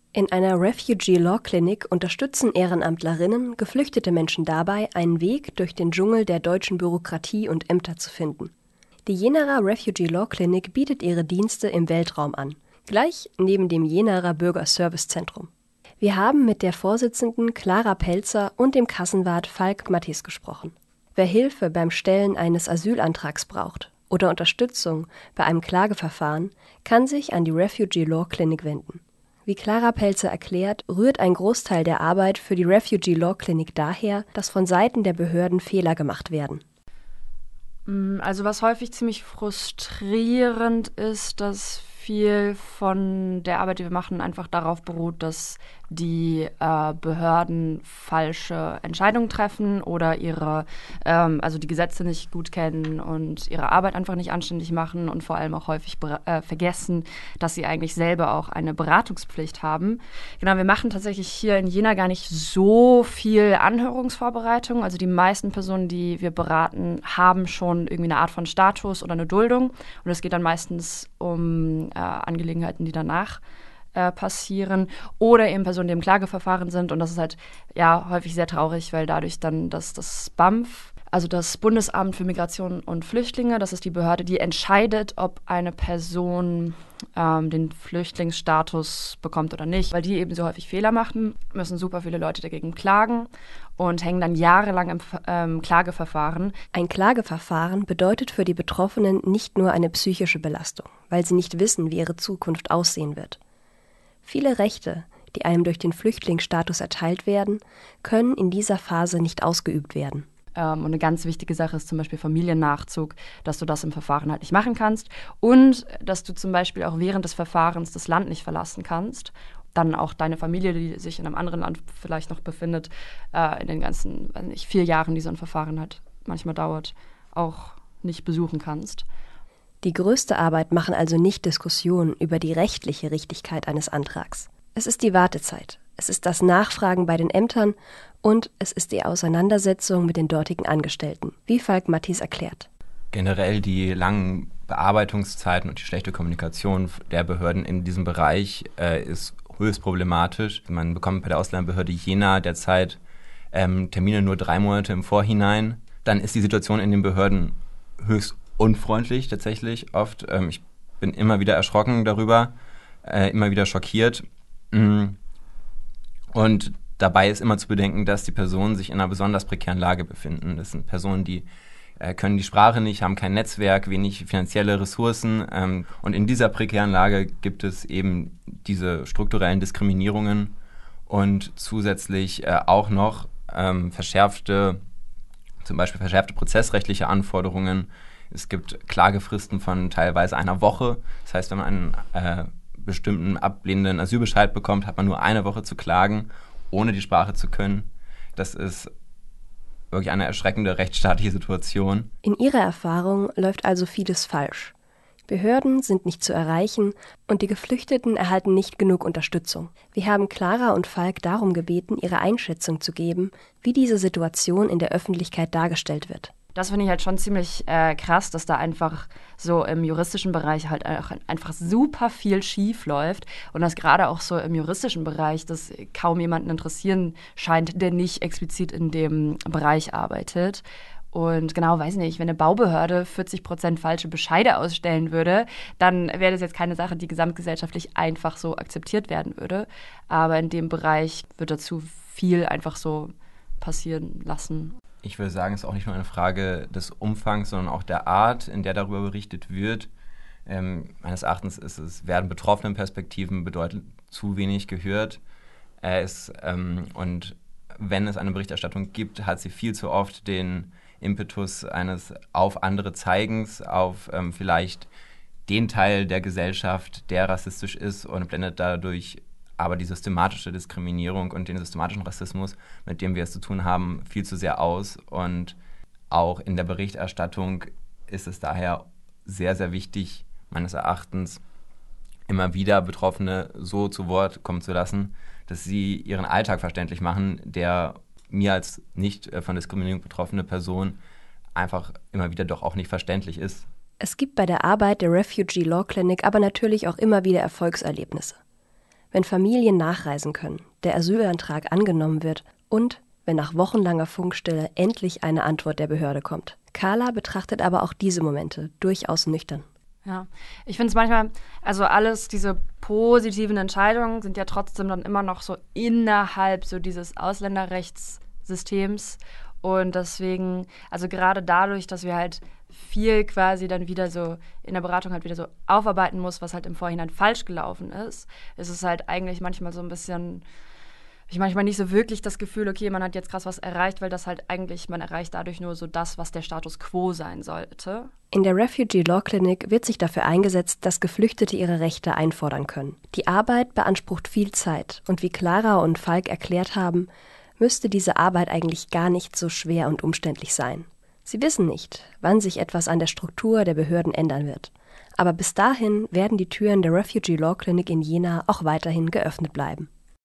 In einer Refugee Law Clinic unterstützen Ehrenamtlerinnen geflüchtete Menschen dabei, einen Weg durch den Dschungel der deutschen Bürokratie und Ämter zu finden. Die Jenaer Refugee Law Clinic bietet ihre Dienste im Weltraum an, gleich neben dem Jenaer Bürgerservicezentrum. Wir haben mit der Vorsitzenden Clara Pelzer und dem Kassenwart Falk Mattis gesprochen. Wer Hilfe beim Stellen eines Asylantrags braucht oder Unterstützung bei einem Klageverfahren, kann sich an die Refugee Law Clinic wenden. Wie Clara Pelzer erklärt, rührt ein Großteil der Arbeit für die Refugee Law Clinic daher, dass von Seiten der Behörden Fehler gemacht werden. Also was häufig ziemlich frustrierend ist, dass viel von der Arbeit, die wir machen, einfach darauf beruht, dass die Behörden falsche Entscheidungen treffen oder also die Gesetze nicht gut kennen und ihre Arbeit einfach nicht anständig machen und vor allem auch häufig vergessen, dass sie eigentlich selber auch eine Beratungspflicht haben. Genau, wir machen tatsächlich hier in Jena gar nicht so viel Anhörungsvorbereitung. Also die meisten Personen, die wir beraten, haben schon irgendwie eine Art von Status oder eine Duldung. Und es geht dann meistens um Angelegenheiten, die danach passieren oder eben Personen, die im Klageverfahren sind. Und das ist halt häufig sehr traurig, weil dadurch dann das BAMF, also das Bundesamt für Migration und Flüchtlinge, das ist die Behörde, die entscheidet, ob eine Person den Flüchtlingsstatus bekommt oder nicht. Weil die eben so häufig Fehler machen, müssen super viele Leute dagegen klagen und hängen dann jahrelang im Klageverfahren. Ein Klageverfahren bedeutet für die Betroffenen nicht nur eine psychische Belastung, weil sie nicht wissen, wie ihre Zukunft aussehen wird. Viele Rechte, die einem durch den Flüchtlingsstatus erteilt werden, können in dieser Phase nicht ausgeübt werden. Und eine ganz wichtige Sache ist zum Beispiel Familiennachzug, dass du das im Verfahren halt nicht machen kannst und dass du zum Beispiel auch während des Verfahrens das Land nicht verlassen kannst. Dann auch deine Familie, die sich in einem anderen Land vielleicht noch befindet, in den ganzen 4 Jahren, die so ein Verfahren halt manchmal dauert, auch nicht besuchen kannst. Die größte Arbeit machen also nicht Diskussionen über die rechtliche Richtigkeit eines Antrags. Es ist die Wartezeit, es ist das Nachfragen bei den Ämtern und es ist die Auseinandersetzung mit den dortigen Angestellten, wie Falk Mattis erklärt. Generell die langen Bearbeitungszeiten und die schlechte Kommunikation der Behörden in diesem Bereich ist höchst problematisch. Man bekommt bei der Ausländerbehörde Jena derzeit Termine nur 3 Monate im Vorhinein. Dann ist die Situation in den Behörden höchst unfreundlich tatsächlich oft. Ich bin immer wieder erschrocken darüber, immer wieder schockiert. Und dabei ist immer zu bedenken, dass die Personen sich in einer besonders prekären Lage befinden. Das sind Personen, die können die Sprache nicht, haben kein Netzwerk, wenig finanzielle Ressourcen. Und in dieser prekären Lage gibt es eben diese strukturellen Diskriminierungen und zusätzlich auch noch verschärfte prozessrechtliche Anforderungen. Es gibt Klagefristen von teilweise einer Woche. Das heißt, wenn man einen bestimmten ablehnenden Asylbescheid bekommt, hat man nur 1 Woche zu klagen, ohne die Sprache zu können. Das ist wirklich eine erschreckende rechtsstaatliche Situation. In ihrer Erfahrung läuft also vieles falsch. Behörden sind nicht zu erreichen und die Geflüchteten erhalten nicht genug Unterstützung. Wir haben Clara und Falk darum gebeten, ihre Einschätzung zu geben, wie diese Situation in der Öffentlichkeit dargestellt wird. Das finde ich halt schon ziemlich krass, dass da einfach so im juristischen Bereich halt einfach super viel schief läuft und dass gerade auch so im juristischen Bereich das kaum jemanden interessieren scheint, der nicht explizit in dem Bereich arbeitet. Und genau, weiß nicht, wenn eine Baubehörde 40% falsche Bescheide ausstellen würde, dann wäre das jetzt keine Sache, die gesamtgesellschaftlich einfach so akzeptiert werden würde. Aber in dem Bereich wird dazu viel einfach so passieren lassen. Ich würde sagen, es ist auch nicht nur eine Frage des Umfangs, sondern auch der Art, in der darüber berichtet wird. Meines Erachtens werden Betroffenenperspektiven bedeutend zu wenig gehört. Und wenn es eine Berichterstattung gibt, hat sie viel zu oft den Impetus eines auf andere Zeigens, auf vielleicht den Teil der Gesellschaft, der rassistisch ist und blendet dadurch aber die systematische Diskriminierung und den systematischen Rassismus, mit dem wir es zu tun haben, viel zu sehr aus. Und auch in der Berichterstattung ist es daher sehr, sehr wichtig, meines Erachtens, immer wieder Betroffene so zu Wort kommen zu lassen, dass sie ihren Alltag verständlich machen, der mir als nicht von Diskriminierung betroffene Person einfach immer wieder doch auch nicht verständlich ist. Es gibt bei der Arbeit der Refugee Law Clinic aber natürlich auch immer wieder Erfolgserlebnisse. wenn Familien nachreisen können, der Asylantrag angenommen wird und wenn nach wochenlanger Funkstille endlich eine Antwort der Behörde kommt. Carla betrachtet aber auch diese Momente durchaus nüchtern. Ja, ich finde es manchmal, also alles diese positiven Entscheidungen sind ja trotzdem dann immer noch so innerhalb so dieses Ausländerrechtssystems und deswegen, also gerade dadurch, dass wir halt viel quasi dann wieder so in der Beratung halt wieder so aufarbeiten muss, was halt im Vorhinein falsch gelaufen ist es halt eigentlich manchmal so ein bisschen, ich manchmal nicht so wirklich das Gefühl, okay, man hat jetzt krass was erreicht, weil das halt eigentlich, man erreicht dadurch nur so das, was der Status quo sein sollte. In der Refugee Law Clinic wird sich dafür eingesetzt, dass Geflüchtete ihre Rechte einfordern können. Die Arbeit beansprucht viel Zeit und wie Clara und Falk erklärt haben, müsste diese Arbeit eigentlich gar nicht so schwer und umständlich sein. Sie wissen nicht, wann sich etwas an der Struktur der Behörden ändern wird. Aber bis dahin werden die Türen der Refugee Law Clinic in Jena auch weiterhin geöffnet bleiben.